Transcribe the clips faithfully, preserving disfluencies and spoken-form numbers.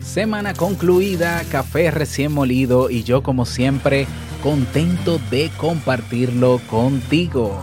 Semana concluida, café recién molido y yo como siempre contento de compartirlo contigo.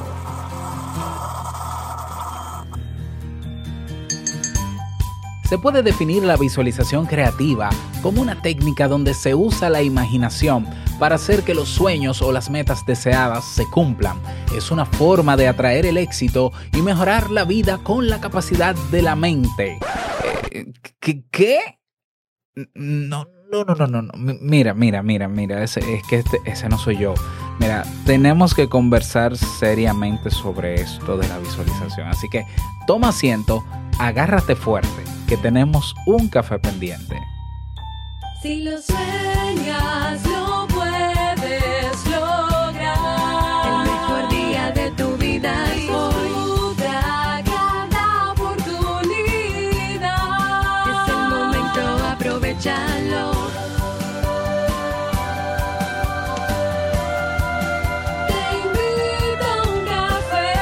Se puede definir la visualización creativa como una técnica donde se usa la imaginación para hacer que los sueños o las metas deseadas se cumplan. Es una forma de atraer el éxito y mejorar la vida con la capacidad de la mente. Eh, ¿Qué? ¿Qué? No, no, no, no, no, no. Mira, mira, mira, mira, ese, es que este, ese no soy yo. Mira, tenemos que conversar seriamente sobre esto de la visualización. Así que toma asiento, agárrate fuerte, que tenemos un café pendiente. Si lo sueñas, lo puedes lograr. El mejor día de tu vida es hoy. Disfruta cada oportunidad. Es el momento, aprovechalo. Te invito a un café.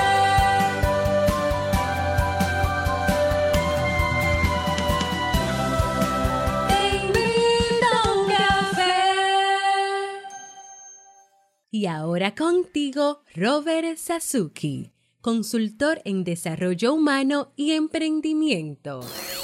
Te invito a un café. Y ahora contigo, Robert Sasuki, consultor en desarrollo humano y emprendimiento.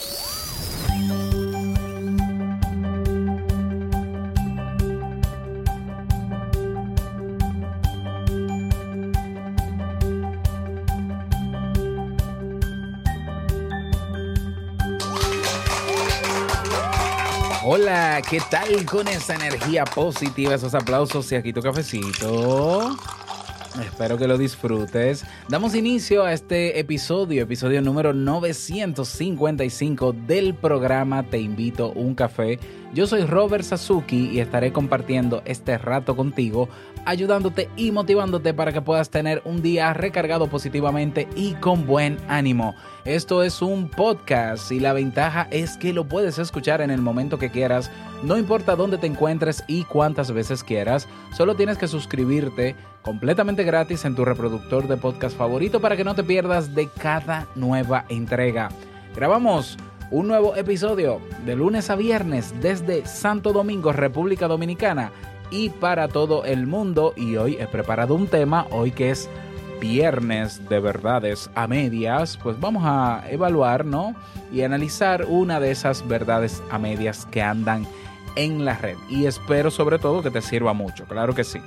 Hola, ¿qué tal con esa energía positiva, esos aplausos y aquí tu cafecito? Espero que lo disfrutes. Damos inicio a este episodio, episodio número novecientos cincuenta y cinco del programa Te Invito a un Café. Yo soy Robert Sasuki y estaré compartiendo este rato contigo, ayudándote y motivándote para que puedas tener un día recargado positivamente y con buen ánimo. Esto es un podcast y la ventaja es que lo puedes escuchar en el momento que quieras, no importa dónde te encuentres y cuántas veces quieras. Solo tienes que suscribirte completamente gratis en tu reproductor de podcast favorito para que no te pierdas de cada nueva entrega. Grabamos un nuevo episodio de lunes a viernes desde Santo Domingo, República Dominicana, y para todo el mundo. Y hoy he preparado un tema, hoy que es viernes de verdades a medias, pues vamos a evaluar, ¿no? Y analizar una de esas verdades a medias que andan en la red. Y espero sobre todo que te sirva mucho, claro que sí.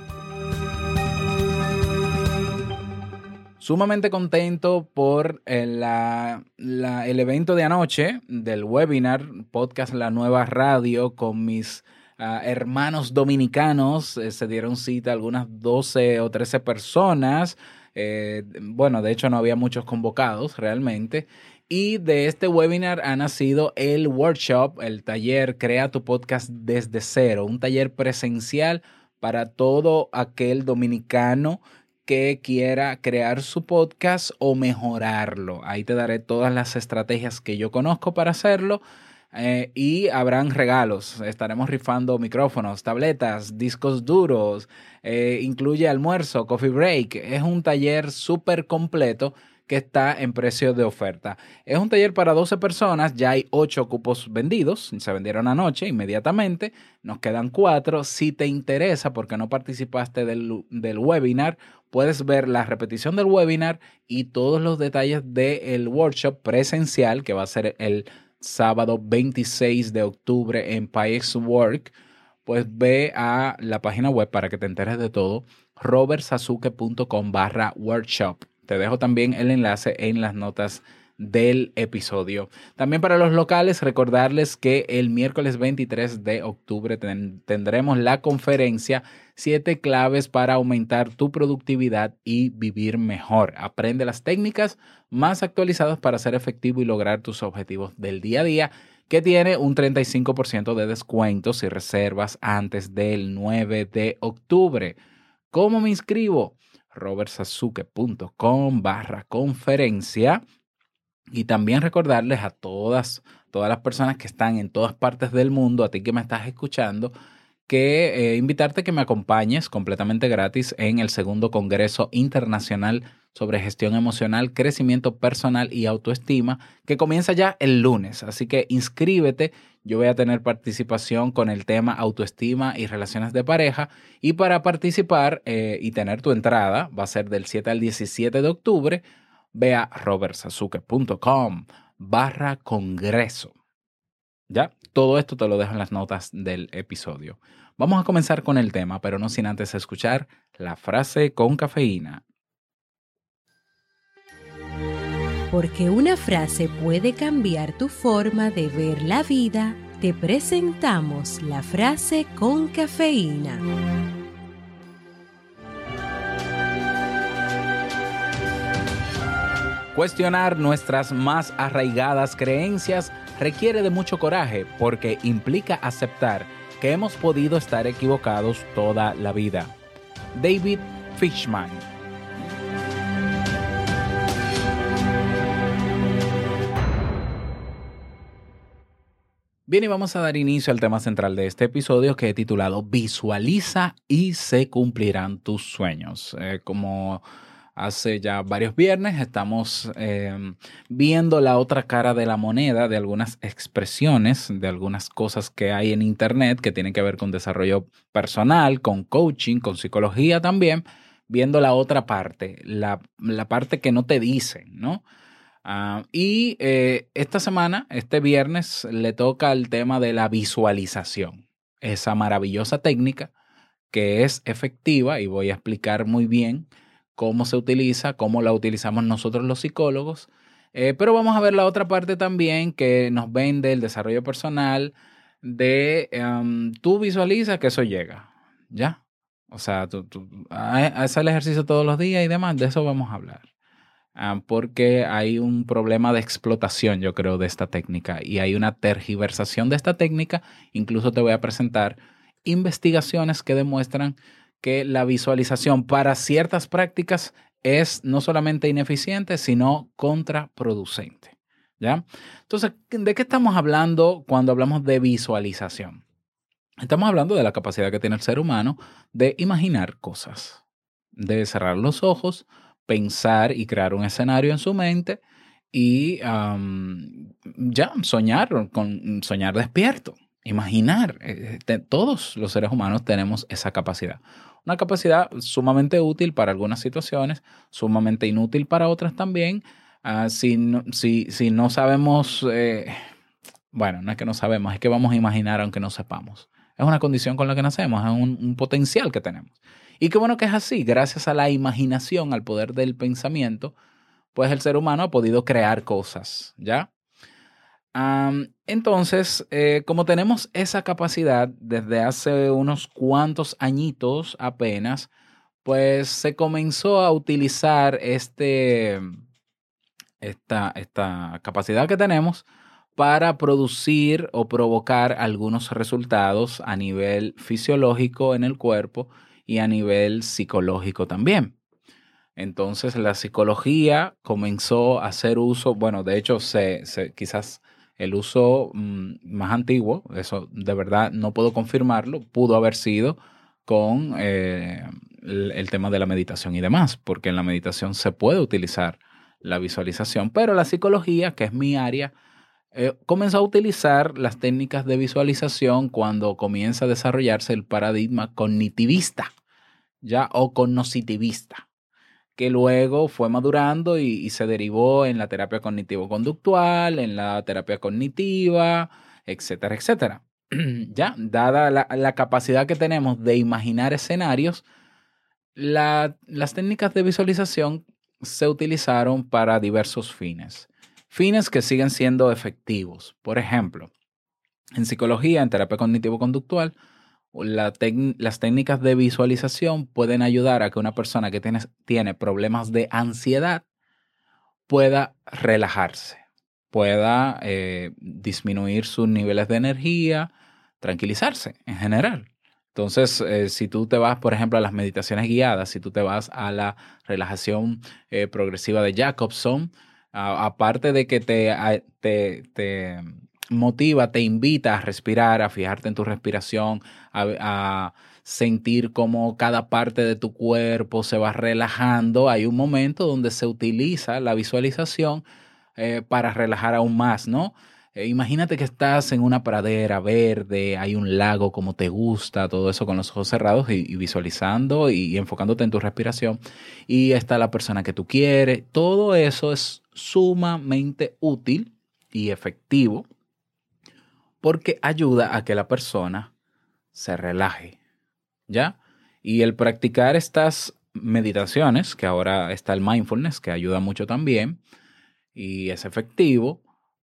Sumamente contento por el, la, la, el evento de anoche del webinar Podcast La Nueva Radio con mis uh, hermanos dominicanos. Eh, se dieron cita algunas doce o trece personas. Eh, bueno, de hecho no había muchos convocados realmente. Y de este webinar ha nacido el workshop, el taller Crea tu Podcast desde cero. Un taller presencial para todo aquel dominicano que quiera crear su podcast o mejorarlo. Ahí te daré todas las estrategias que yo conozco para hacerlo. Eh, y habrán regalos, estaremos rifando micrófonos, tabletas, discos duros, eh, incluye almuerzo, coffee break. Es un taller súper completo que está en precio de oferta. Es un taller para doce personas, ya hay ocho cupos vendidos, se vendieron anoche inmediatamente, nos quedan cuatro. Si te interesa, porque no participaste del, del webinar, puedes ver la repetición del webinar y todos los detalles del workshop presencial que va a ser el sábado veintiséis de octubre en PyXWork. Pues ve a la página web para que te enteres de todo, robertsasuke.com barra workshop. Te dejo también el enlace en las notas del episodio. También para los locales, recordarles que el miércoles veintitrés de octubre ten, tendremos la conferencia siete claves para aumentar tu productividad y vivir mejor. Aprende las técnicas más actualizadas para ser efectivo y lograr tus objetivos del día a día, que tiene un treinta y cinco por ciento de descuento si reservas antes del nueve de octubre. ¿Cómo me inscribo? robertsasuke.com barra conferencia. Y también recordarles a todas, todas las personas que están en todas partes del mundo, a ti que me estás escuchando, que eh, invitarte a que me acompañes completamente gratis en el segundo Congreso Internacional sobre gestión emocional, crecimiento personal y autoestima, que comienza ya el lunes. Así que inscríbete. Yo voy a tener participación con el tema autoestima y relaciones de pareja. Y para participar eh, y tener tu entrada, va a ser del siete al diecisiete de octubre. Ve a robertsazuke.com barra congreso. ¿Ya? Todo esto te lo dejo en las notas del episodio. Vamos a comenzar con el tema, pero no sin antes escuchar la frase con cafeína. Porque una frase puede cambiar tu forma de ver la vida, te presentamos la frase con cafeína. Cuestionar nuestras más arraigadas creencias requiere de mucho coraje porque implica aceptar que hemos podido estar equivocados toda la vida. David Fishman. Bien, y vamos a dar inicio al tema central de este episodio que he titulado Visualiza y se cumplirán tus sueños. Eh, como hace ya varios viernes estamos eh, viendo la otra cara de la moneda de algunas expresiones, de algunas cosas que hay en Internet que tienen que ver con desarrollo personal, con coaching, con psicología también, viendo la otra parte, la, la parte que no te dicen, ¿no? Uh, y eh, esta semana, este viernes, le toca el tema de la visualización, esa maravillosa técnica que es efectiva y voy a explicar muy bien cómo se utiliza, cómo la utilizamos nosotros los psicólogos, eh, pero vamos a ver la otra parte también que nos vende el desarrollo personal de um, tú visualiza que eso llega, ¿ya? O sea, tú, tú haces el ejercicio todos los días y demás, de eso vamos a hablar. Uh, porque hay un problema de explotación, yo creo, de esta técnica y hay una tergiversación de esta técnica. Incluso te voy a presentar investigaciones que demuestran que la visualización para ciertas prácticas es no solamente ineficiente, sino contraproducente, ¿ya? Entonces, ¿de qué estamos hablando cuando hablamos de visualización? Estamos hablando de la capacidad que tiene el ser humano de imaginar cosas, de cerrar los ojos, pensar y crear un escenario en su mente y um, ya soñar, con, soñar despierto, imaginar. Eh, te, todos los seres humanos tenemos esa capacidad. Una capacidad sumamente útil para algunas situaciones, sumamente inútil para otras también. Uh, si, no, si, si no sabemos, eh, bueno, no es que no sabemos, es que vamos a imaginar aunque no sepamos. Es una condición con la que nacemos, es un, un potencial que tenemos. Y qué bueno que es así, gracias a la imaginación, al poder del pensamiento, pues el ser humano ha podido crear cosas, ¿ya? Um, entonces, eh, como tenemos esa capacidad desde hace unos cuantos añitos apenas, pues se comenzó a utilizar este, esta, esta capacidad que tenemos para producir o provocar algunos resultados a nivel fisiológico en el cuerpo y a nivel psicológico también. Entonces la psicología comenzó a hacer uso, bueno, de hecho se, se, quizás el uso mmm, más antiguo, eso de verdad no puedo confirmarlo, pudo haber sido con eh, el, el tema de la meditación y demás, porque en la meditación se puede utilizar la visualización, pero la psicología, que es mi área, eh, comenzó a utilizar las técnicas de visualización cuando comienza a desarrollarse el paradigma cognitivista, ya, o cognoscitivista, que luego fue madurando y, y se derivó en la terapia cognitivo-conductual, en la terapia cognitiva, etcétera, etcétera. Ya, dada la, la capacidad que tenemos de imaginar escenarios, la, las técnicas de visualización se utilizaron para diversos fines. Fines que siguen siendo efectivos. Por ejemplo, en psicología, en terapia cognitivo-conductual, La tec- las técnicas de visualización pueden ayudar a que una persona que tiene, tiene problemas de ansiedad pueda relajarse, pueda eh, disminuir sus niveles de energía, tranquilizarse en general. Entonces, eh, si tú te vas, por ejemplo, a las meditaciones guiadas, si tú te vas a la relajación eh, progresiva de Jacobson, a- aparte de que te, a- te, te motiva, te invita a respirar, a fijarte en tu respiración, a, a sentir cómo cada parte de tu cuerpo se va relajando. Hay un momento donde se utiliza la visualización eh, para relajar aún más, ¿no? Eh, imagínate que estás en una pradera verde, hay un lago como te gusta, todo eso con los ojos cerrados y, y visualizando y, y enfocándote en tu respiración. Y está la persona que tú quieres. Todo eso es sumamente útil y efectivo porque ayuda a que la persona se relaje, ¿ya? Y el practicar estas meditaciones, que ahora está el mindfulness, que ayuda mucho también y es efectivo,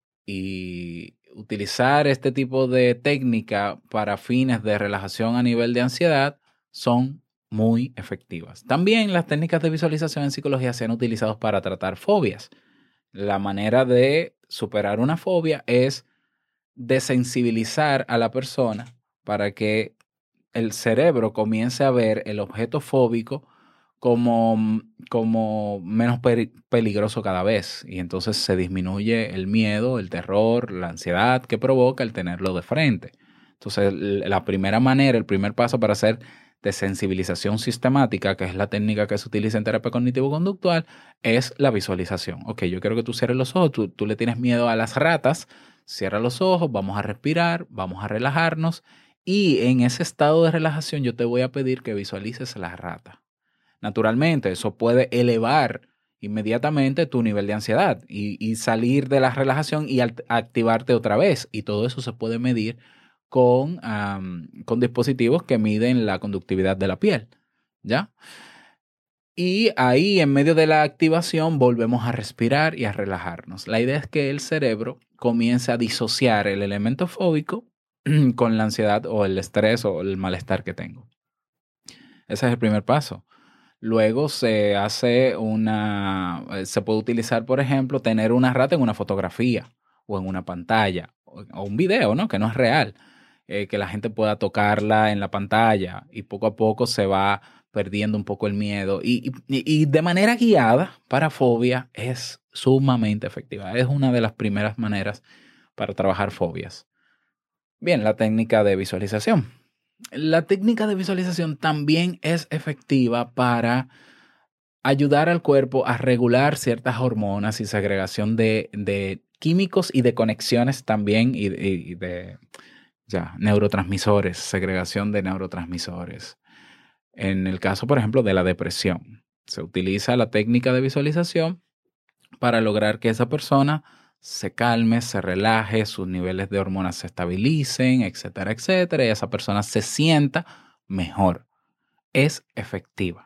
y utilizar este tipo de técnica para fines de relajación a nivel de ansiedad son muy efectivas. También las técnicas de visualización en psicología se han utilizado para tratar fobias. La manera de superar una fobia es desensibilizar a la persona para que el cerebro comience a ver el objeto fóbico como, como menos peri- peligroso cada vez. Y entonces se disminuye el miedo, el terror, la ansiedad que provoca el tenerlo de frente. Entonces, la primera manera, el primer paso para hacer desensibilización sistemática, que es la técnica que se utiliza en terapia cognitivo-conductual, es la visualización. Ok, yo quiero que tú cierres los ojos, tú, tú le tienes miedo a las ratas, cierra los ojos, vamos a respirar, vamos a relajarnos y en ese estado de relajación yo te voy a pedir que visualices la rata. Naturalmente, eso puede elevar inmediatamente tu nivel de ansiedad y, y salir de la relajación y activarte otra vez. Y todo eso se puede medir con, um, con dispositivos que miden la conductividad de la piel, ¿ya? Y ahí, en medio de la activación, volvemos a respirar y a relajarnos. La idea es que el cerebro comience a disociar el elemento fóbico con la ansiedad o el estrés o el malestar que tengo. Ese es el primer paso. Luego se hace una, se puede utilizar, por ejemplo, tener una rata en una fotografía o en una pantalla o, o un video, ¿no? Que no es real, eh, que la gente pueda tocarla en la pantalla y poco a poco se va perdiendo un poco el miedo y, y, y de manera guiada para fobia es sumamente efectiva. Es una de las primeras maneras para trabajar fobias. Bien, la técnica de visualización. La técnica de visualización también es efectiva para ayudar al cuerpo a regular ciertas hormonas y segregación de, de químicos y de conexiones también y, y, y de ya, neurotransmisores, segregación de neurotransmisores. En el caso, por ejemplo, de la depresión, se utiliza la técnica de visualización para lograr que esa persona se calme, se relaje, sus niveles de hormonas se estabilicen, etcétera, etcétera, y esa persona se sienta mejor. Es efectiva.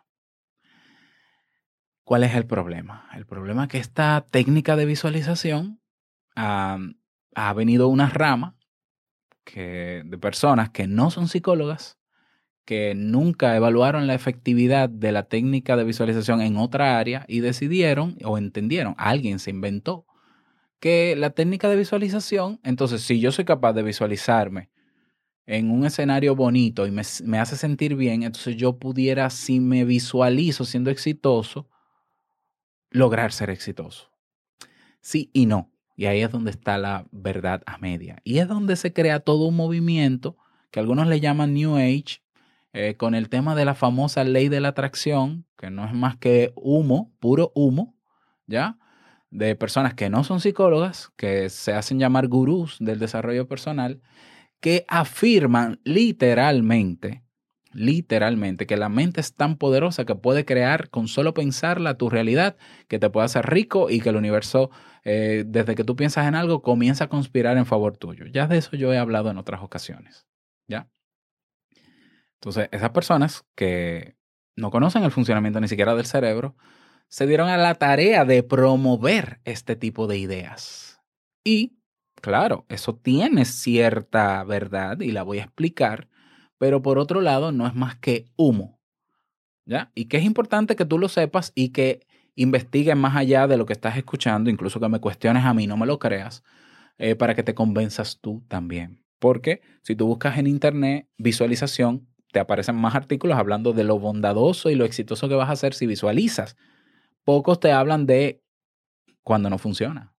¿Cuál es el problema? El problema es que esta técnica de visualización ha, ha venido una rama que, de personas que no son psicólogas, que nunca evaluaron la efectividad de la técnica de visualización en otra área y decidieron o entendieron, alguien se inventó que la técnica de visualización, entonces si yo soy capaz de visualizarme en un escenario bonito y me, me hace sentir bien, entonces yo pudiera, si me visualizo siendo exitoso, lograr ser exitoso. Sí y no. Y ahí es donde está la verdad a media. Y es donde se crea todo un movimiento que algunos le llaman New Age, eh, con el tema de la famosa ley de la atracción, que no es más que humo, puro humo, ¿ya? De personas que no son psicólogas, que se hacen llamar gurús del desarrollo personal, que afirman literalmente, literalmente, que la mente es tan poderosa que puede crear con solo pensarla tu realidad, que te puede hacer rico y que el universo, eh, desde que tú piensas en algo, comienza a conspirar en favor tuyo. Ya de eso yo he hablado en otras ocasiones, ¿ya? Entonces, esas personas que no conocen el funcionamiento ni siquiera del cerebro, se dieron a la tarea de promover este tipo de ideas. Y, claro, eso tiene cierta verdad y la voy a explicar, pero por otro lado no es más que humo, ¿ya? Y que es importante que tú lo sepas y que investigues más allá de lo que estás escuchando, incluso que me cuestiones a mí, no me lo creas, eh, para que te convenzas tú también. Porque si tú buscas en internet visualización, te aparecen más artículos hablando de lo bondadoso y lo exitoso que vas a hacer si visualizas. Pocos te hablan de cuando no funciona.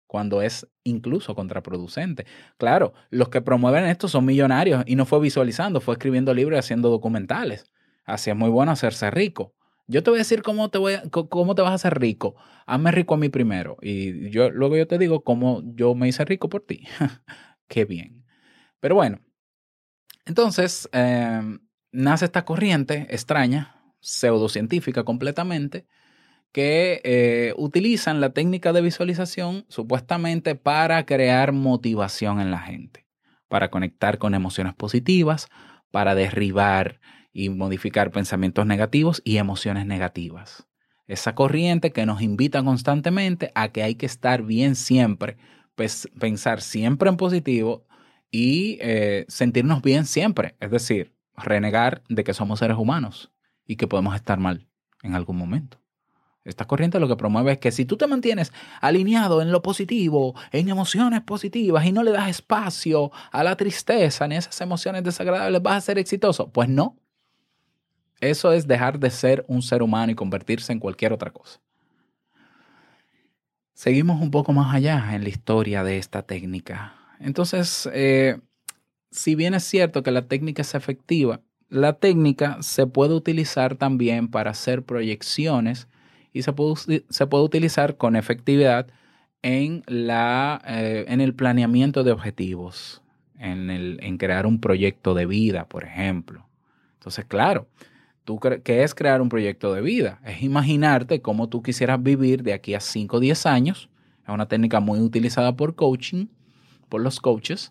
cuando es incluso contraproducente. Claro, los que promueven esto son millonarios y no fue visualizando, fue escribiendo libros y haciendo documentales. Así es muy bueno hacerse rico. Yo te voy a decir cómo te, voy a, cómo te vas a hacer rico. Hazme rico a mí primero y yo, luego yo te digo cómo yo me hice rico por ti. Qué bien. Pero bueno, entonces eh, nace esta corriente extraña, pseudocientífica completamente, que eh, utilizan la técnica de visualización supuestamente para crear motivación en la gente, para conectar con emociones positivas, para derribar y modificar pensamientos negativos y emociones negativas. Esa corriente que nos invita constantemente a que hay que estar bien siempre, pues, pensar siempre en positivo y eh, sentirnos bien siempre. Es decir, renegar de que somos seres humanos y que podemos estar mal en algún momento. Esta corriente lo que promueve es que si tú te mantienes alineado en lo positivo, en emociones positivas y no le das espacio a la tristeza ni a esas emociones desagradables, vas a ser exitoso. Pues no. Eso es dejar de ser un ser humano y convertirse en cualquier otra cosa. Seguimos un poco más allá en la historia de esta técnica. Entonces, eh, si bien es cierto que la técnica es efectiva, la técnica se puede utilizar también para hacer proyecciones y se puede, se puede utilizar con efectividad en, la, eh, en el planeamiento de objetivos, en, el, en crear un proyecto de vida, por ejemplo. Entonces, claro, ¿tú cre- ¿qué es crear un proyecto de vida? Es imaginarte cómo tú quisieras vivir de aquí a cinco o diez años. Es una técnica muy utilizada por coaching, por los coaches.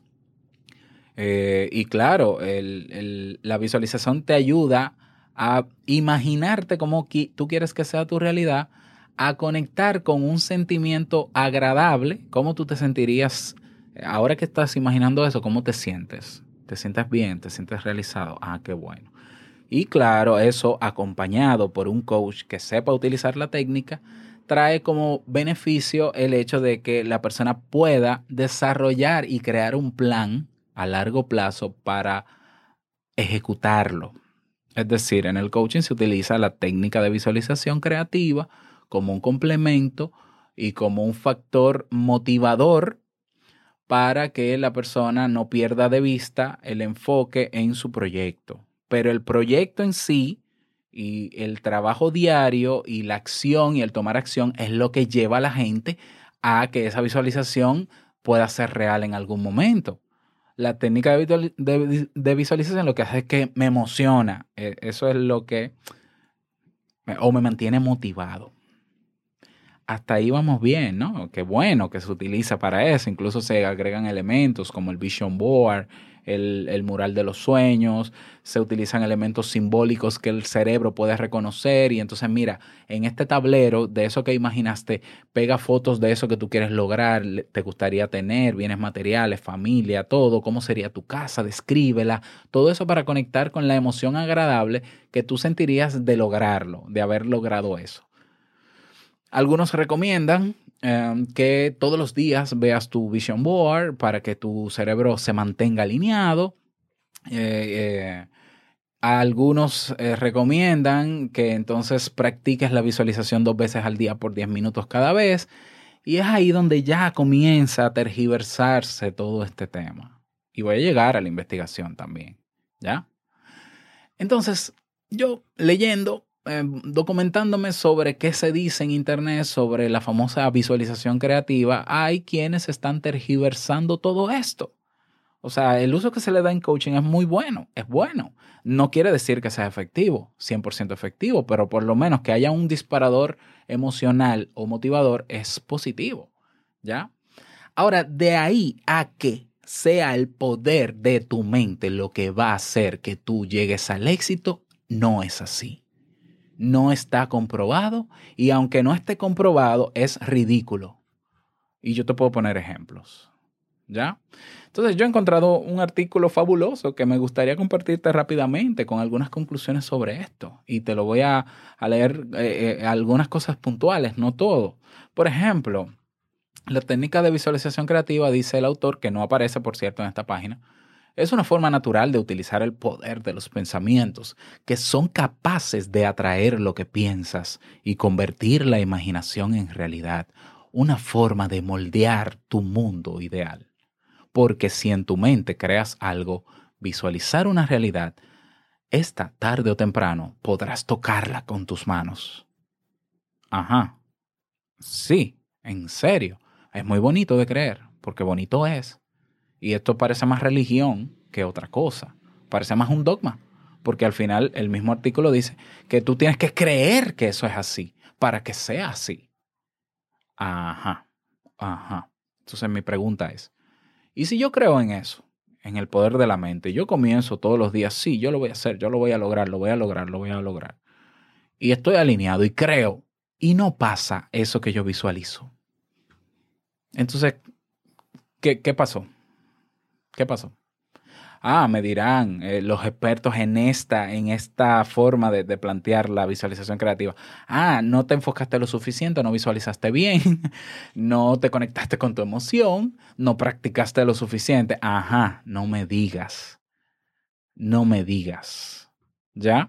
Eh, y claro, el, el, la visualización te ayuda a imaginarte cómo qui- tú quieres que sea tu realidad, a conectar con un sentimiento agradable, cómo tú te sentirías, ahora que estás imaginando eso, cómo te sientes. ¿Te sientes bien? ¿Te sientes realizado? Ah, qué bueno. Y claro, eso acompañado por un coach que sepa utilizar la técnica, trae como beneficio el hecho de que la persona pueda desarrollar y crear un plan a largo plazo para ejecutarlo. Es decir, en el coaching se utiliza la técnica de visualización creativa como un complemento y como un factor motivador para que la persona no pierda de vista el enfoque en su proyecto. Pero el proyecto en sí y el trabajo diario y la acción y el tomar acción es lo que lleva a la gente a que esa visualización pueda ser real en algún momento. La técnica de, visual- de- de visualización lo que hace es que me emociona. Eh, Eso es lo que, me- o me mantiene motivado. Hasta ahí vamos bien, ¿no? Qué bueno que se utiliza para eso. Incluso se agregan elementos como el vision board, el, el mural de los sueños. Se utilizan elementos simbólicos que el cerebro puede reconocer. Y entonces, mira, en este tablero de eso que imaginaste, pega fotos de eso que tú quieres lograr, te gustaría tener, bienes materiales, familia, todo. ¿Cómo sería tu casa? Descríbela. Todo eso para conectar con la emoción agradable que tú sentirías de lograrlo, de haber logrado eso. Algunos recomiendan eh, que todos los días veas tu vision board para que tu cerebro se mantenga alineado. Eh, eh, algunos eh, recomiendan que entonces practiques la visualización dos veces al día por diez minutos cada vez. Y es ahí donde ya comienza a tergiversarse todo este tema. Y voy a llegar a la investigación también, ¿ya? Entonces, yo leyendo, eh, documentándome sobre qué se dice en Internet sobre la famosa visualización creativa, hay quienes están tergiversando todo esto. O sea, el uso que se le da en coaching es muy bueno, es bueno. No quiere decir que sea efectivo, cien por ciento efectivo, pero por lo menos que haya un disparador emocional o motivador es positivo, ¿ya? Ahora, de ahí a que sea el poder de tu mente lo que va a hacer que tú llegues al éxito, no es así. No está comprobado y aunque no esté comprobado, es ridículo. Y yo te puedo poner ejemplos, ¿ya? Entonces yo he encontrado un artículo fabuloso que me gustaría compartirte rápidamente con algunas conclusiones sobre esto. Y te lo voy a, a leer eh, eh, algunas cosas puntuales, no todo. Por ejemplo, la técnica de visualización creativa, dice el autor, que no aparece, por cierto, en esta página, es una forma natural de utilizar el poder de los pensamientos, que son capaces de atraer lo que piensas y convertir la imaginación en realidad. una forma de moldear tu mundo ideal. Porque si en tu mente creas algo, visualizar una realidad, esta tarde o temprano podrás tocarla con tus manos. Ajá. Sí, en serio. Es muy bonito de creer, porque bonito es. Y esto parece más religión que otra cosa. Parece más un dogma. Porque al final el mismo artículo dice que tú tienes que creer que eso es así para que sea así. Ajá, ajá. Entonces mi pregunta es, ¿y si yo creo en eso, en el poder de la mente? Yo comienzo todos los días, sí, yo lo voy a hacer, yo lo voy a lograr, lo voy a lograr, lo voy a lograr. Y estoy alineado y creo, y no pasa eso que yo visualizo. Entonces, ¿qué, qué pasó? ¿Qué pasó? Ah, me dirán eh, los expertos en esta, en esta forma de, de plantear la visualización creativa. Ah, no te enfocaste lo suficiente, no visualizaste bien, no te conectaste con tu emoción, no practicaste lo suficiente. Ajá, no me digas, no me digas. ¿Ya?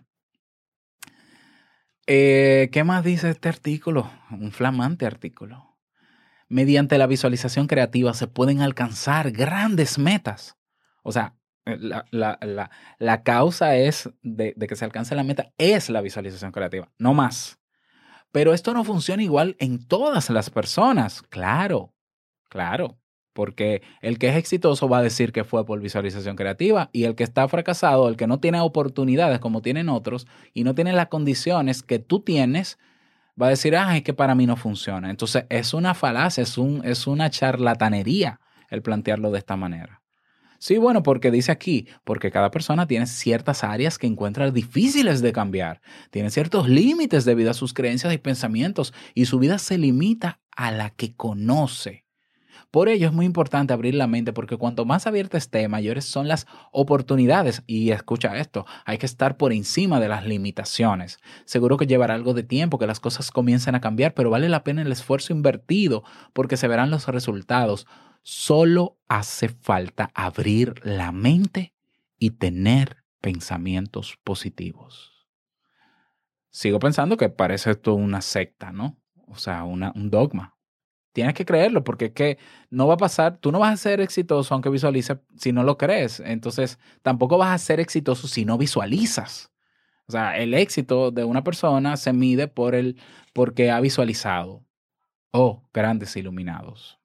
Eh, ¿qué más dice este artículo? Un flamante artículo. Mediante la visualización creativa se pueden alcanzar grandes metas. O sea, la, la, la, la causa es de, de que se alcance la meta es la visualización creativa, no más. Pero esto no funciona igual en todas las personas. Claro, claro. Porque el que es exitoso va a decir que fue por visualización creativa y el que está fracasado, el que no tiene oportunidades como tienen otros y no tiene las condiciones que tú tienes, va a decir, ah, es que para mí no funciona. Entonces es una falacia, es, un, es una charlatanería el plantearlo de esta manera. Sí, bueno, porque dice aquí, porque cada persona tiene ciertas áreas que encuentra difíciles de cambiar, tiene ciertos límites debido a sus creencias y pensamientos y su vida se limita a la que conoce. Por ello es muy importante abrir la mente porque cuanto más abierta esté, mayores son las oportunidades. Y escucha esto, hay que estar por encima de las limitaciones. Seguro que llevará algo de tiempo que las cosas comiencen a cambiar, pero vale la pena el esfuerzo invertido porque se verán los resultados. Solo hace falta abrir la mente y tener pensamientos positivos. Sigo pensando que parece esto una secta, ¿no? O sea, una, un dogma. Tienes que creerlo porque es que no va a pasar, tú no vas a ser exitoso aunque visualices si no lo crees. Entonces, tampoco vas a ser exitoso si no visualizas. O sea, el éxito de una persona se mide por el porque ha visualizado. Oh, grandes iluminados.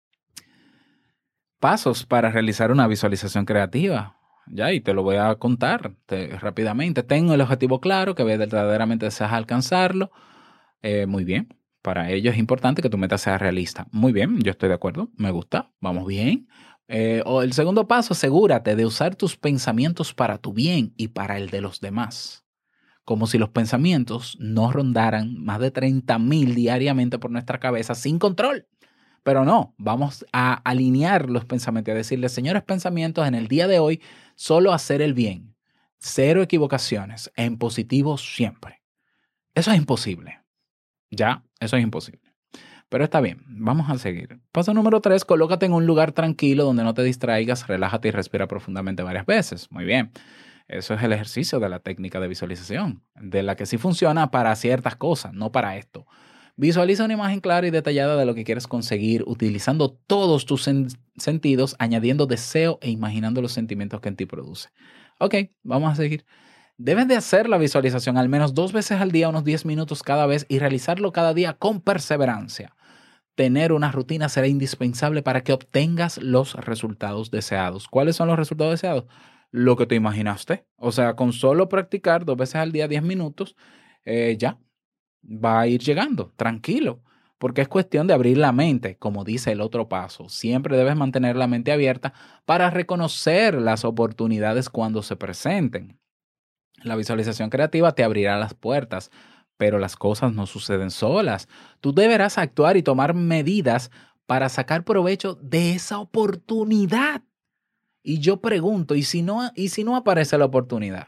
Pasos para realizar una visualización creativa. Ya, y te lo voy a contar te, rápidamente. Tengo el objetivo claro, que verdaderamente deseas alcanzarlo. Eh, muy bien. Para ello es importante que tu meta sea realista. Muy bien, yo estoy de acuerdo. Me gusta. Vamos bien. Eh, o el segundo paso, asegúrate de usar tus pensamientos para tu bien y para el de los demás. Como si los pensamientos no rondaran más de treinta mil diariamente por nuestra cabeza sin control. Pero no, vamos a alinear los pensamientos y a decirle, señores pensamientos, en el día de hoy, solo hacer el bien. Cero equivocaciones, en positivo siempre. Eso es imposible. Ya, eso es imposible. Pero está bien, vamos a seguir. Paso número tres, colócate en un lugar tranquilo donde no te distraigas, relájate y respira profundamente varias veces. Muy bien. Eso es el ejercicio de la técnica de visualización, de la que sí funciona para ciertas cosas, no para esto. Visualiza una imagen clara y detallada de lo que quieres conseguir, utilizando todos tus sen- sentidos, añadiendo deseo e imaginando los sentimientos que en ti produce. Ok, vamos a seguir. Debes de hacer la visualización al menos dos veces al día, unos diez minutos cada vez y realizarlo cada día con perseverancia. Tener una rutina será indispensable para que obtengas los resultados deseados. ¿Cuáles son los resultados deseados? Lo que te imaginaste. O sea, con solo practicar dos veces al día, diez minutos, eh, ya va a ir llegando, tranquilo. Porque es cuestión de abrir la mente, como dice el otro paso. Siempre debes mantener la mente abierta para reconocer las oportunidades cuando se presenten. La visualización creativa te abrirá las puertas, pero las cosas no suceden solas. Tú deberás actuar y tomar medidas para sacar provecho de esa oportunidad. Y yo pregunto, ¿y si no, y si no aparece la oportunidad?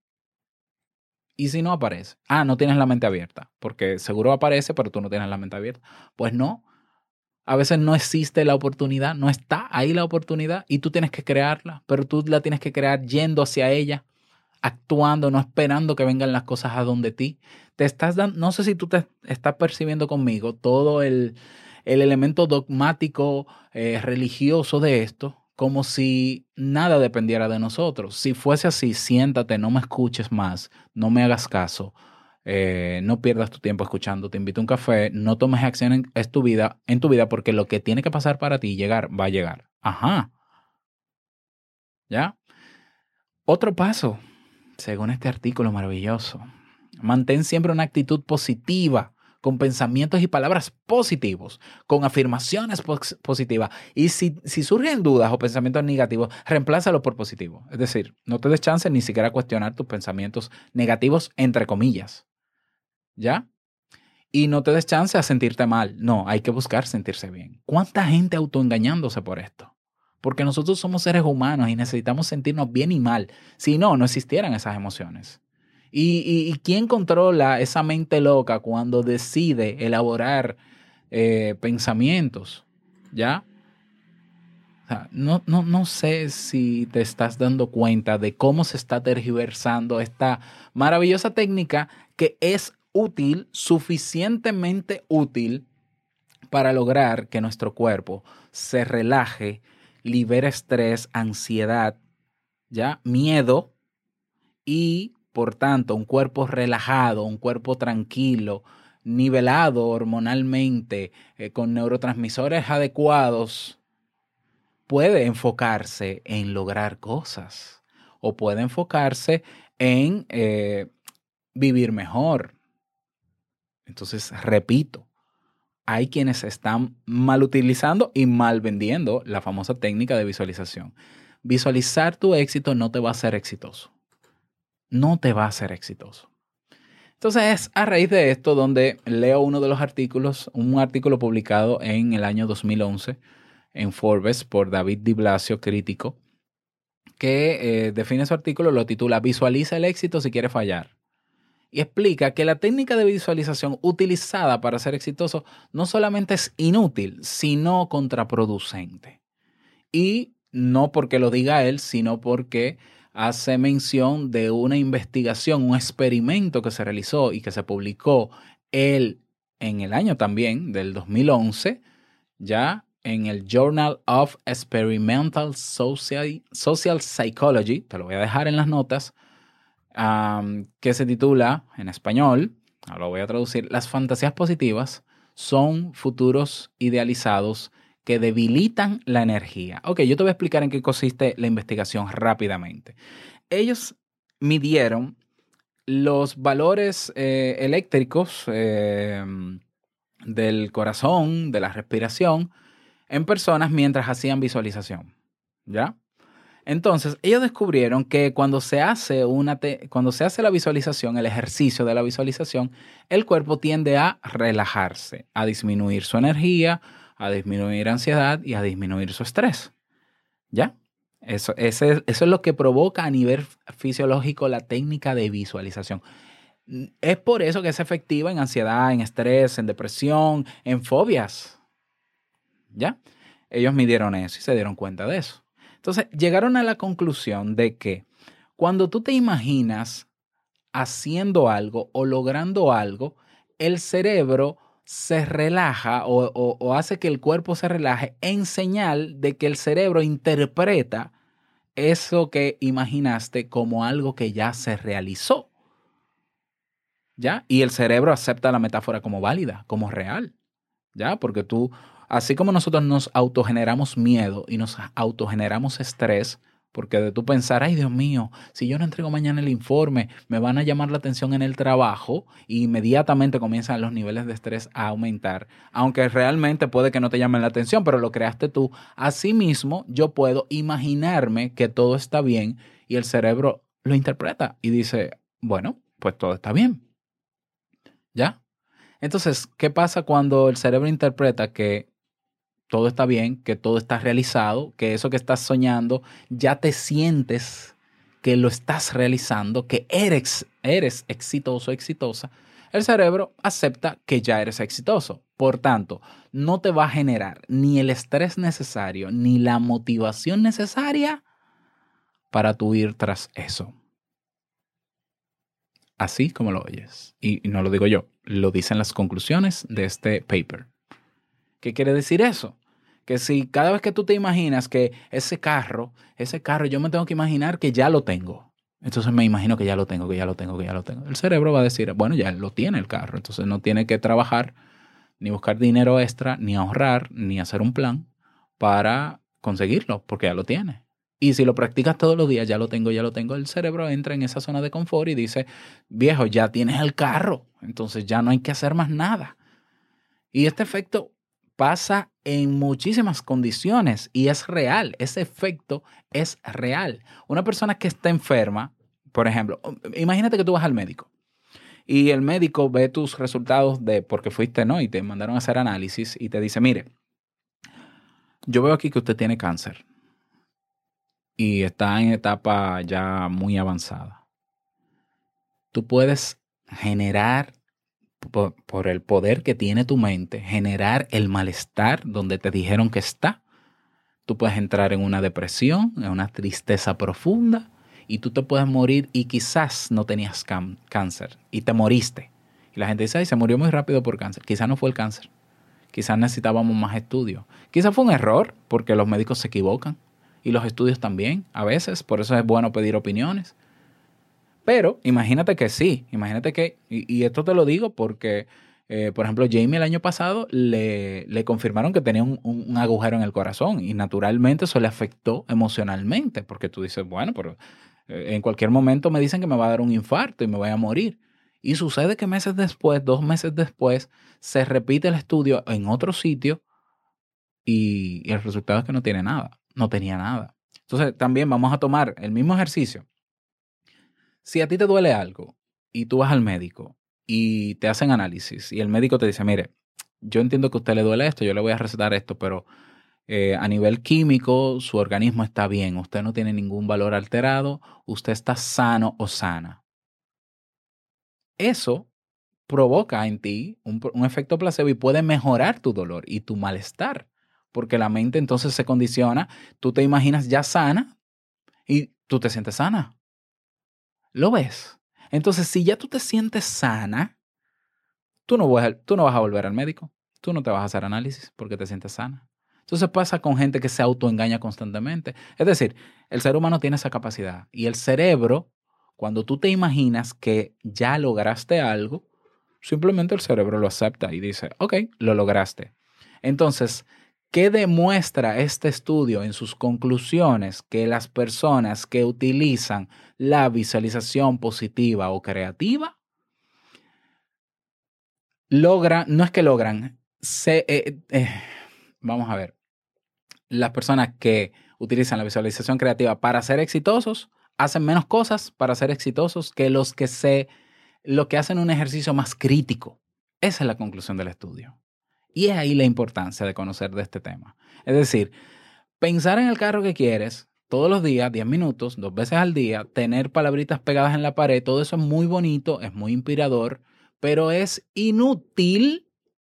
¿Y si no aparece? Ah, no tienes la mente abierta, porque seguro aparece, pero tú no tienes la mente abierta. Pues no, a veces no existe la oportunidad, no está ahí la oportunidad y tú tienes que crearla, pero tú la tienes que crear yendo hacia ella, actuando, no esperando que vengan las cosas a donde ti. Te estás dando, no sé si tú te estás percibiendo conmigo todo el, el elemento dogmático, eh, religioso de esto, como si nada dependiera de nosotros. Si fuese así, siéntate, no me escuches más, no me hagas caso, eh, no pierdas tu tiempo escuchando, te invito a un café, no tomes acción en, en tu vida, en tu vida, porque lo que tiene que pasar para ti llegar, va a llegar. Ajá, ¿ya? Otro paso, según este artículo maravilloso, mantén siempre una actitud positiva, con pensamientos y palabras positivos, con afirmaciones pos positivas. Y si, si surgen dudas o pensamientos negativos, reemplázalos por positivos. Es decir, no te des chance ni siquiera a cuestionar tus pensamientos negativos, entre comillas. ¿Ya? Y no te des chance a sentirte mal. No, hay que buscar sentirse bien. ¿Cuánta gente autoengañándose por esto? Porque nosotros somos seres humanos y necesitamos sentirnos bien y mal. Si no, no existieran esas emociones. ¿Y, y, y quién controla esa mente loca cuando decide elaborar eh, pensamientos? ¿Ya? O sea, no, no, no sé si te estás dando cuenta de cómo se está tergiversando esta maravillosa técnica que es útil, suficientemente útil para lograr que nuestro cuerpo se relaje, libere estrés, ansiedad, ¿ya? Miedo y, por tanto, un cuerpo relajado, un cuerpo tranquilo, nivelado hormonalmente, eh, con neurotransmisores adecuados, puede enfocarse en lograr cosas o puede enfocarse en eh, vivir mejor. Entonces, repito, hay quienes están mal utilizando y mal vendiendo la famosa técnica de visualización. Visualizar tu éxito no te va a hacer exitoso. No te va a hacer exitoso. Entonces es a raíz de esto donde leo uno de los artículos, un artículo publicado en el año dos mil once en Forbes por David Di Blasio, crítico, que eh, define su artículo, lo titula "Visualiza el éxito si quieres fallar". Y explica que la técnica de visualización utilizada para ser exitoso no solamente es inútil, sino contraproducente. Y no porque lo diga él, sino porque hace mención de una investigación, un experimento que se realizó y que se publicó él en el año también del dos mil once, ya en el Journal of Experimental Social, Social Psychology, te lo voy a dejar en las notas, Um, que se titula en español, ahora lo voy a traducir: Las fantasías positivas son futuros idealizados que debilitan la energía. Ok, yo te voy a explicar en qué consiste la investigación rápidamente. Ellos midieron los valores eh, eléctricos eh, del corazón, de la respiración, en personas mientras hacían visualización, ¿ya? Entonces, ellos descubrieron que cuando se hace una te- cuando se hace la visualización, el ejercicio de la visualización, el cuerpo tiende a relajarse, a disminuir su energía, a disminuir ansiedad y a disminuir su estrés. ¿Ya? Eso, ese- eso es lo que provoca a nivel fisiológico la técnica de visualización. Es por eso que es efectiva en ansiedad, en estrés, en depresión, en fobias. ¿Ya? Ellos midieron eso y se dieron cuenta de eso. Entonces, llegaron a la conclusión de que cuando tú te imaginas haciendo algo o logrando algo, el cerebro se relaja o, o, o hace que el cuerpo se relaje en señal de que el cerebro interpreta eso que imaginaste como algo que ya se realizó. ¿Ya? Y el cerebro acepta la metáfora como válida, como real. ¿Ya? Porque tú, así como nosotros nos autogeneramos miedo y nos autogeneramos estrés, porque de tú pensar, ay Dios mío, si yo no entrego mañana el informe, me van a llamar la atención en el trabajo, y inmediatamente comienzan los niveles de estrés a aumentar, aunque realmente puede que no te llamen la atención, pero lo creaste tú. Asimismo, yo puedo imaginarme que todo está bien y el cerebro lo interpreta y dice, bueno, pues todo está bien. ¿Ya? Entonces, ¿qué pasa cuando el cerebro interpreta que todo está bien, que todo está realizado, que eso que estás soñando ya te sientes que lo estás realizando, que eres, eres exitoso, exitosa? El cerebro acepta que ya eres exitoso. Por tanto, no te va a generar ni el estrés necesario, ni la motivación necesaria para tú ir tras eso. Así como lo oyes. Y, y no lo digo yo, lo dicen las conclusiones de este paper. ¿Qué quiere decir eso? Que si cada vez que tú te imaginas que ese carro, ese carro yo me tengo que imaginar que ya lo tengo. Entonces me imagino que ya lo tengo, que ya lo tengo, que ya lo tengo. El cerebro va a decir, bueno, ya lo tiene el carro. Entonces no tiene que trabajar, ni buscar dinero extra, ni ahorrar, ni hacer un plan para conseguirlo, porque ya lo tiene. Y si lo practicas todos los días, ya lo tengo, ya lo tengo, el cerebro entra en esa zona de confort y dice, viejo, ya tienes el carro, entonces ya no hay que hacer más nada. Y este efecto pasa en muchísimas condiciones y es real, ese efecto es real. Una persona que está enferma, por ejemplo, imagínate que tú vas al médico y el médico ve tus resultados de porque fuiste, ¿no? Y te mandaron a hacer análisis y te dice, mire, yo veo aquí que usted tiene cáncer y está en etapa ya muy avanzada. Tú puedes generar, por, por el poder que tiene tu mente, generar el malestar donde te dijeron que está. Tú puedes entrar en una depresión, en una tristeza profunda y tú te puedes morir y quizás no tenías cáncer y te moriste. Y la gente dice, ay, se murió muy rápido por cáncer. Quizás no fue el cáncer. Quizás necesitábamos más estudios. Quizás fue un error porque los médicos se equivocan y los estudios también a veces. Por eso es bueno pedir opiniones. Pero imagínate que sí, imagínate que, y, y esto te lo digo porque, eh, por ejemplo, Jamie el año pasado le, le confirmaron que tenía un, un, un agujero en el corazón y naturalmente eso le afectó emocionalmente porque tú dices, bueno, pero eh, en cualquier momento me dicen que me va a dar un infarto y me voy a morir. Y sucede que meses después, dos meses después, se repite el estudio en otro sitio y, y el resultado es que no tiene nada, no tenía nada. Entonces también vamos a tomar el mismo ejercicio. Si a ti te duele algo y tú vas al médico y te hacen análisis y el médico te dice, mire, yo entiendo que a usted le duele esto, yo le voy a recetar esto, pero eh, a nivel químico su organismo está bien, usted no tiene ningún valor alterado, usted está sano o sana. Eso provoca en ti un, un efecto placebo y puede mejorar tu dolor y tu malestar, porque la mente entonces se condiciona, tú te imaginas ya sana y tú te sientes sana. ¿Lo ves? Entonces, si ya tú te sientes sana, tú no, vas a, tú no vas a volver al médico. Tú no te vas a hacer análisis porque te sientes sana. Entonces pasa con gente que se autoengaña constantemente. Es decir, el ser humano tiene esa capacidad. Y el cerebro, cuando tú te imaginas que ya lograste algo, simplemente el cerebro lo acepta y dice, ok, lo lograste. Entonces, ¿qué demuestra este estudio en sus conclusiones? Que las personas que utilizan la visualización positiva o creativa logran, no es que logran, se, eh, eh, vamos a ver, las personas que utilizan la visualización creativa para ser exitosos hacen menos cosas para ser exitosos que los que, se, los que hacen un ejercicio más crítico. Esa es la conclusión del estudio. Y es ahí la importancia de conocer de este tema. Es decir, pensar en el carro que quieres todos los días, diez minutos, dos veces al día, tener palabritas pegadas en la pared, todo eso es muy bonito, es muy inspirador, pero es inútil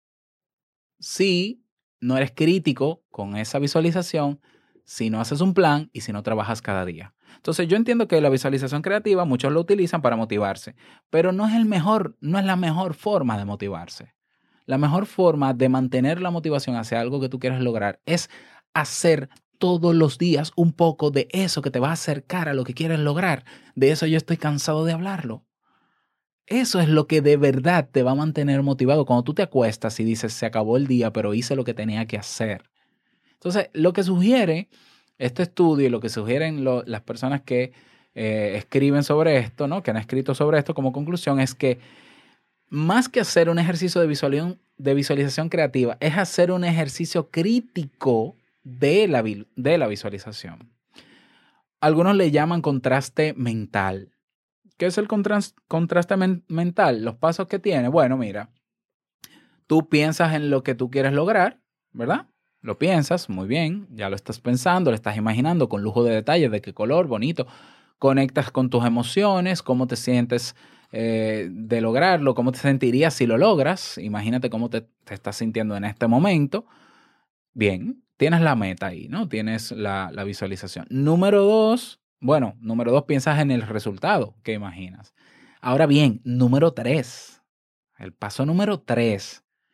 si no eres crítico con esa visualización, si no haces un plan y si no trabajas cada día. Entonces yo entiendo que la visualización creativa muchos lo utilizan para motivarse, pero no es el mejor, no es la mejor forma de motivarse. La mejor forma de mantener la motivación hacia algo que tú quieres lograr es hacer todos los días un poco de eso que te va a acercar a lo que quieres lograr. De eso yo estoy cansado de hablarlo. Eso es lo que de verdad te va a mantener motivado cuando tú te acuestas y dices, se acabó el día, pero hice lo que tenía que hacer. Entonces, lo que sugiere este estudio y lo que sugieren lo, las personas que eh, escriben sobre esto, ¿no? Que han escrito sobre esto como conclusión, es que más que hacer un ejercicio de visualización, de visualización creativa, es hacer un ejercicio crítico de la, de la visualización. Algunos le llaman contraste mental. ¿Qué es el contraste, contraste men- mental? Los pasos que tiene. Bueno, mira, tú piensas en lo que tú quieres lograr, ¿verdad? Lo piensas, muy bien, ya lo estás pensando, lo estás imaginando con lujo de detalles, de qué color, bonito. Conectas con tus emociones, cómo te sientes eh, de lograrlo, cómo te sentirías si lo logras. Imagínate cómo te, te estás sintiendo en este momento. Bien, tienes la meta ahí, ¿no? Tienes la, la visualización. Número dos, bueno, número dos, piensas en el resultado que imaginas. Ahora bien, número tres, el paso número tres.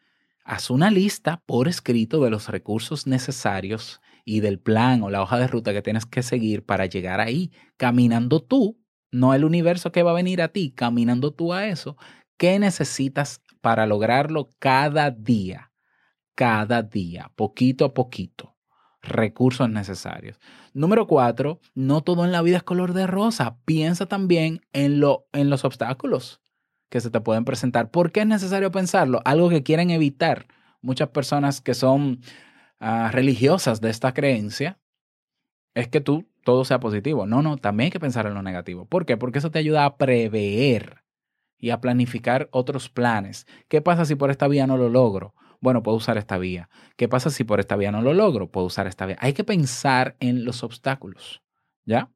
haz una lista por escrito de los recursos necesarios y del plan o la hoja de ruta que tienes que seguir para llegar ahí, caminando tú, no el universo que va a venir a ti, caminando tú a eso. ¿Qué necesitas para lograrlo cada día? Cada día, poquito a poquito. Recursos necesarios. Número cuatro, no todo en la vida es color de rosa. Piensa también en, lo, en los obstáculos que se te pueden presentar. ¿Por qué es necesario pensarlo? Algo que quieren evitar muchas personas que son uh, religiosas de esta creencia es que tú todo sea positivo. No, no, también hay que pensar en lo negativo. ¿Por qué? Porque eso te ayuda a prever y a planificar otros planes. ¿Qué pasa si por esta vía no lo logro? Bueno, puedo usar esta vía. ¿Qué pasa si por esta vía no lo logro? Puedo usar esta vía. Hay que pensar en los obstáculos, ¿ya?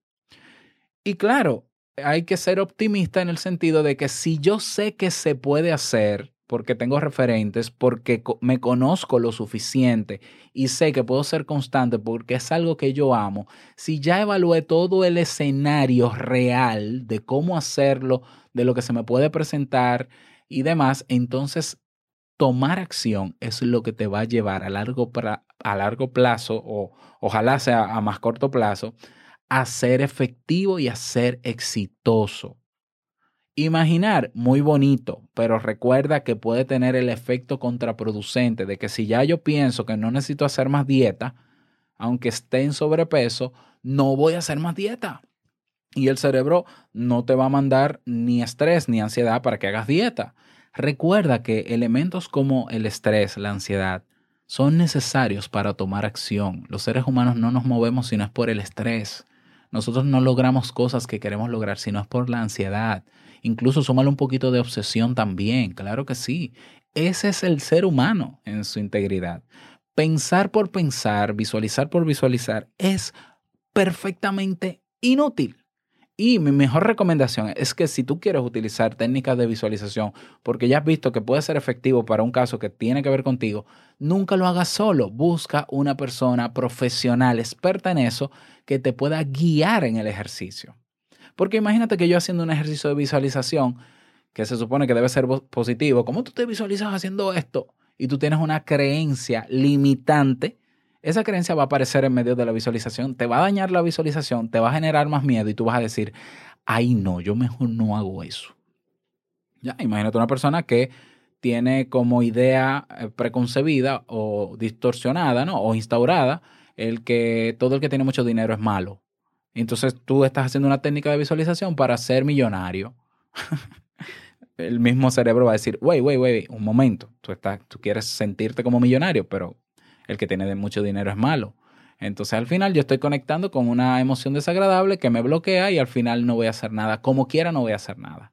Y claro, hay que ser optimista en el sentido de que si yo sé que se puede hacer, porque tengo referentes, porque me conozco lo suficiente y sé que puedo ser constante porque es algo que yo amo, si ya evalué todo el escenario real de cómo hacerlo, de lo que se me puede presentar y demás, entonces tomar acción es lo que te va a llevar a largo, pra, a largo plazo o ojalá sea a más corto plazo a ser efectivo y a ser exitoso. Imaginar, muy bonito, pero recuerda que puede tener el efecto contraproducente de que si ya yo pienso que no necesito hacer más dieta, aunque esté en sobrepeso, no voy a hacer más dieta. Y el cerebro no te va a mandar ni estrés ni ansiedad para que hagas dieta. Recuerda que elementos como el estrés, la ansiedad, son necesarios para tomar acción. Los seres humanos no nos movemos si no es por el estrés. Nosotros no logramos cosas que queremos lograr si no es por la ansiedad. Incluso súmale un poquito de obsesión también, claro que sí. Ese es el ser humano en su integridad. Pensar por pensar, visualizar por visualizar es perfectamente inútil. Y mi mejor recomendación es que si tú quieres utilizar técnicas de visualización, porque ya has visto que puede ser efectivo para un caso que tiene que ver contigo, nunca lo hagas solo. Busca una persona profesional, experta en eso, que te pueda guiar en el ejercicio. Porque imagínate que yo haciendo un ejercicio de visualización, que se supone que debe ser positivo, ¿cómo tú te visualizas haciendo esto? Y tú tienes una creencia limitante. Esa creencia va a aparecer en medio de la visualización, te va a dañar la visualización, te va a generar más miedo y tú vas a decir, ay no, yo mejor no hago eso. Ya, imagínate una persona que tiene como idea preconcebida o distorsionada, ¿no? O instaurada el que todo el que tiene mucho dinero es malo. Entonces tú estás haciendo una técnica de visualización para ser millonario. El mismo cerebro va a decir, wait, wait, wait, un momento, tú, estás, tú quieres sentirte como millonario, pero el que tiene mucho dinero es malo. Entonces al final yo estoy conectando con una emoción desagradable que me bloquea y al final no voy a hacer nada. Como quiera no voy a hacer nada.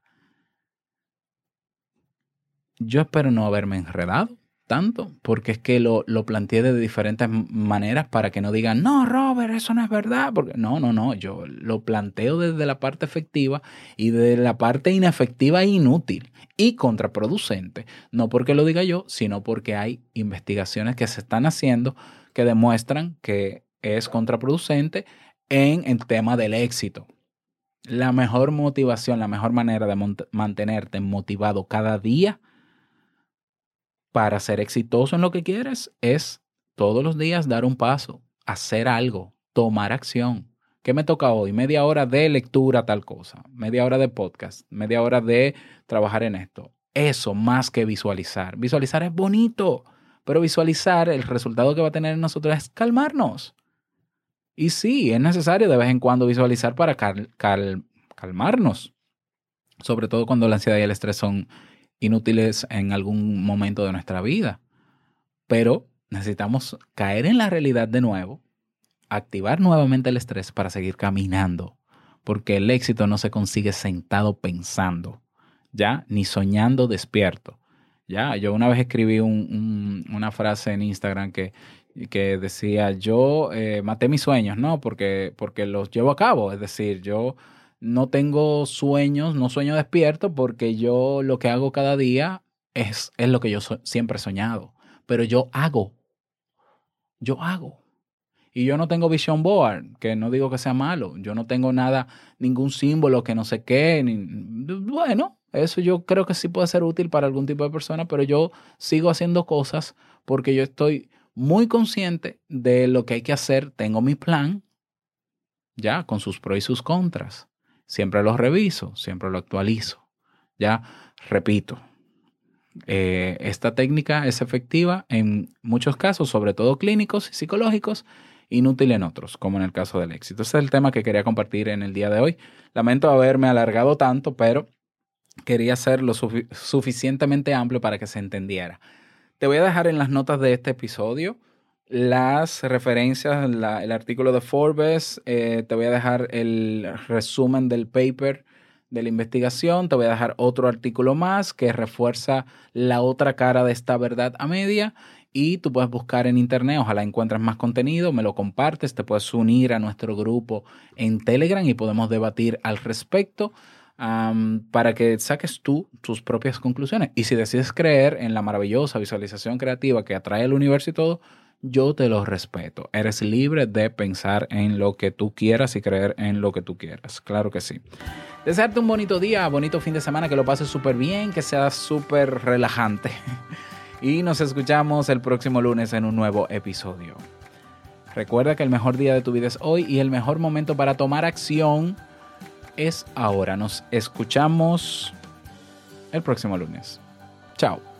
Yo espero no haberme enredado tanto, porque es que lo, lo planteé de diferentes maneras para que no digan, no, Robert, eso no es verdad. Porque no, no, no, yo lo planteo desde la parte efectiva y desde la parte inefectiva e inútil y contraproducente. No porque lo diga yo, sino porque hay investigaciones que se están haciendo que demuestran que es contraproducente en el tema del éxito. La mejor motivación, la mejor manera de mont- mantenerte motivado cada día para ser exitoso en lo que quieres es todos los días dar un paso, hacer algo, tomar acción. ¿Qué me toca hoy? Media hora de lectura, tal cosa. Media hora de podcast. Media hora de trabajar en esto. Eso más que visualizar. Visualizar es bonito, pero visualizar el resultado que va a tener en nosotros es calmarnos. Y sí, es necesario de vez en cuando visualizar para cal- cal- calmarnos. Sobre todo cuando la ansiedad y el estrés son inútiles en algún momento de nuestra vida. Pero necesitamos caer en la realidad de nuevo, activar nuevamente el estrés para seguir caminando, porque el éxito no se consigue sentado pensando, ya, ni soñando despierto. Ya, yo una vez escribí un, un, una frase en Instagram que, que decía, yo eh, maté mis sueños, ¿no? Porque, porque los llevo a cabo, es decir, yo no tengo sueños, no sueño despierto porque yo lo que hago cada día es, es lo que yo so- siempre he soñado. Pero yo hago, yo hago. Y yo no tengo vision board, que no digo que sea malo. Yo no tengo nada, ningún símbolo que no sé qué. Ni, bueno, Eso yo creo que sí puede ser útil para algún tipo de persona, pero yo sigo haciendo cosas porque yo estoy muy consciente de lo que hay que hacer. Tengo mi plan, ya, con sus pros y sus contras. Siempre lo reviso, siempre lo actualizo. Ya, repito, eh, esta técnica es efectiva en muchos casos, sobre todo clínicos y psicológicos, inútil en otros, como en el caso del éxito. Ese es el tema que quería compartir en el día de hoy. Lamento haberme alargado tanto, pero quería ser lo sufi- suficientemente amplio para que se entendiera. Te voy a dejar en las notas de este episodio las referencias, la, el artículo de Forbes, eh, te voy a dejar el resumen del paper de la investigación, te voy a dejar otro artículo más que refuerza la otra cara de esta verdad a media y tú puedes buscar en internet, ojalá encuentres más contenido, me lo compartes, te puedes unir a nuestro grupo en Telegram y podemos debatir al respecto. Um, para que saques tú tus propias conclusiones. Y si decides creer en la maravillosa visualización creativa que atrae el universo y todo, yo te lo respeto. Eres libre de pensar en lo que tú quieras y creer en lo que tú quieras. Claro que sí. Desearte un bonito día, bonito fin de semana, que lo pases súper bien, que sea súper relajante. Y nos escuchamos el próximo lunes en un nuevo episodio. Recuerda que el mejor día de tu vida es hoy y el mejor momento para tomar acción es ahora. Nos escuchamos el próximo lunes. Chao.